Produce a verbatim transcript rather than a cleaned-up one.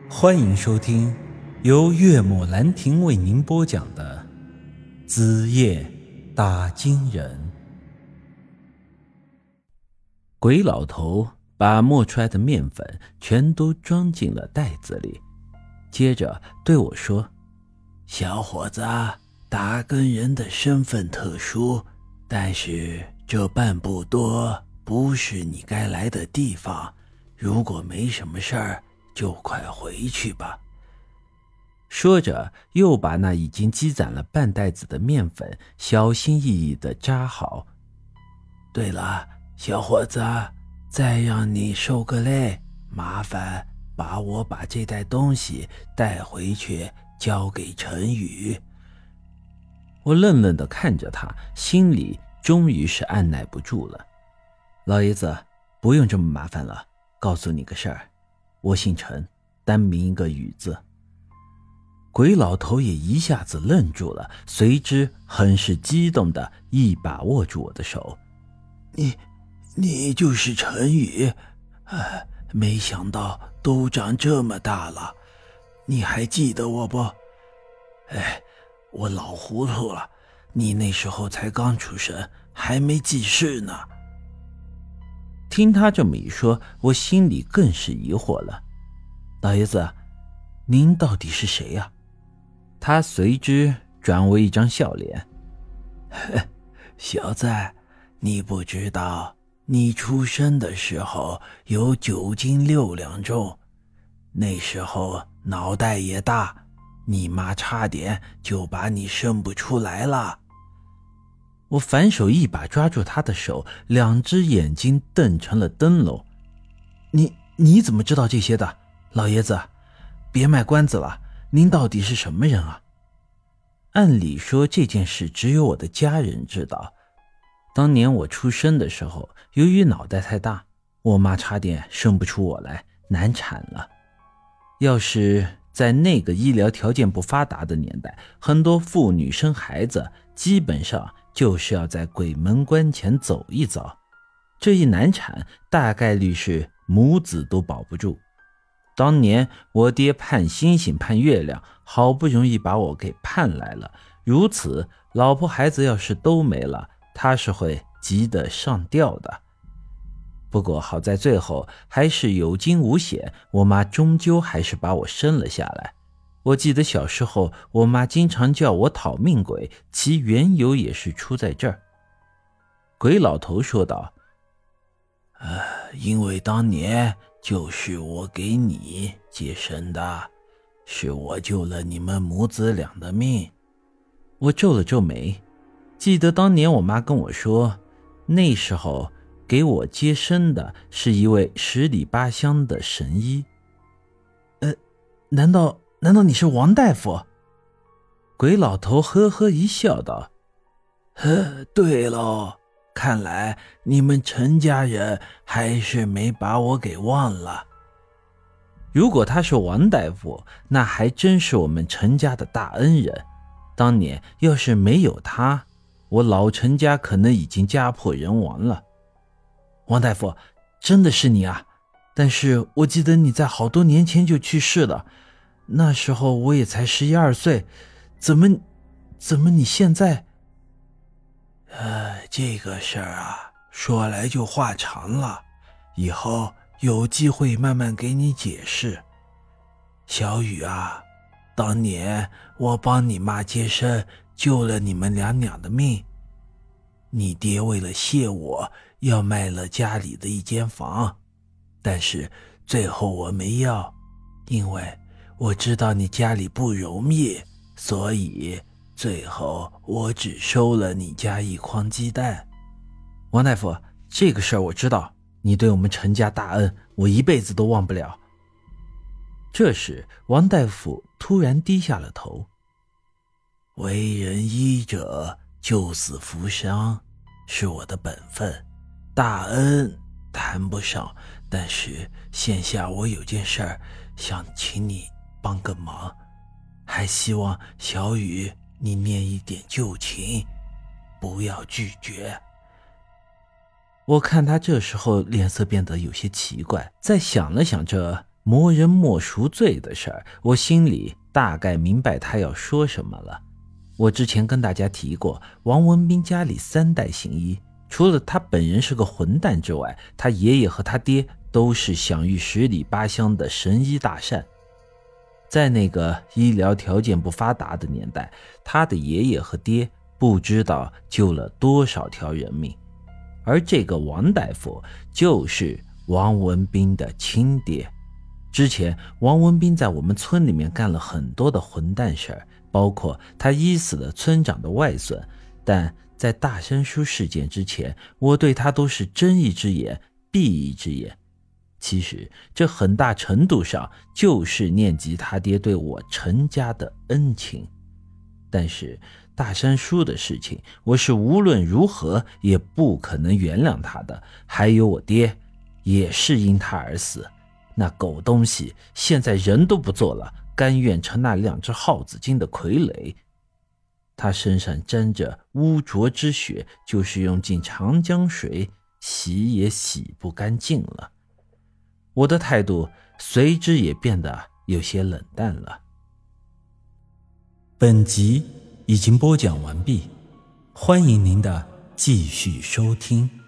欢迎收听由岳母兰亭为您播讲的《子夜打金人》。鬼老头把磨出来的面粉全都装进了袋子里，接着对我说：小伙子，打更人的身份特殊，但是这半步多不是你该来的地方，如果没什么事儿就快回去吧。说着又把那已经积攒了半袋子的面粉小心翼翼地扎好。对了，小伙子，再让你受个累，麻烦把我把这袋东西带回去交给陈宇。我愣愣地看着他，心里终于是按耐不住了。老爷子，不用这么麻烦了，告诉你个事儿，我姓陈，单名一个宇字。鬼老头也一下子愣住了，随之很是激动的一把握住我的手。你你就是陈宇？哎，没想到都长这么大了，你还记得我不？哎，我老糊涂了，你那时候才刚出生，还没记事呢。听他这么一说，我心里更是疑惑了。老爷子，您到底是谁呀？他随之转为一张笑脸。小子，你不知道，你出生的时候有九斤六两重，那时候脑袋也大，你妈差点就把你生不出来了。我反手一把抓住他的手，两只眼睛瞪成了灯笼。你你怎么知道这些的？老爷子，别卖关子了，您到底是什么人啊？按理说这件事只有我的家人知道。当年我出生的时候，由于脑袋太大，我妈差点生不出我来，难产了。要是在那个医疗条件不发达的年代，很多妇女生孩子基本上就是要在鬼门关前走一遭，这一难产大概率是母子都保不住。当年我爹盼星星盼月亮，好不容易把我给盼来了，如此老婆孩子要是都没了，他是会急得上吊的。不过好在最后还是有惊无险，我妈终究还是把我生了下来。我记得小时候我妈经常叫我讨命鬼，其缘由也是出在这儿。鬼老头说道：呃，因为当年就是我给你接生的，是我救了你们母子俩的命。我皱了皱眉，记得当年我妈跟我说，那时候给我接生的是一位十里八乡的神医。呃，难道难道你是王大夫？鬼老头呵呵一笑道：呵，对喽，看来你们陈家人还是没把我给忘了。如果他是王大夫，那还真是我们陈家的大恩人。当年要是没有他，我老陈家可能已经家破人亡了。王大夫，真的是你啊？但是我记得你在好多年前就去世了，那时候我也才十一二岁，怎么怎么你现在……呃，这个事儿啊，说来就话长了，以后有机会慢慢给你解释。小雨啊，当年我帮你妈接生，救了你们娘俩的命。你爹为了谢我，要卖了家里的一间房，但是最后我没要，因为我知道你家里不容易，所以最后我只收了你家一筐鸡蛋。王大夫，这个事儿我知道，你对我们陈家大恩，我一辈子都忘不了。这时王大夫突然低下了头。为人医者，救死扶伤是我的本分，大恩谈不上，但是现下我有件事儿想请你帮个忙，还希望小雨你念一点旧情，不要拒绝。我看他这时候脸色变得有些奇怪，再想了想这魔人莫赎罪的事儿，我心里大概明白他要说什么了。我之前跟大家提过，王文斌家里三代行医，除了他本人是个混蛋之外，他爷爷和他爹都是享誉十里八乡的神医大善。在那个医疗条件不发达的年代，他的爷爷和爹不知道救了多少条人命，而这个王大夫就是王文斌的亲爹。之前王文斌在我们村里面干了很多的混蛋事儿，包括他医死了村长的外孙，但在大山叔事件之前，我对他都是睁一只眼闭一只眼。其实这很大程度上就是念及他爹对我陈家的恩情。但是大山叔的事情，我是无论如何也不可能原谅他的，还有我爹也是因他而死。那狗东西现在人都不做了，甘愿成那两只耗子精的傀儡。他身上沾着污浊之血，就是用尽长江水洗也洗不干净了。我的态度随之也变得有些冷淡了。 本集已经播讲完毕，欢迎您的继续收听。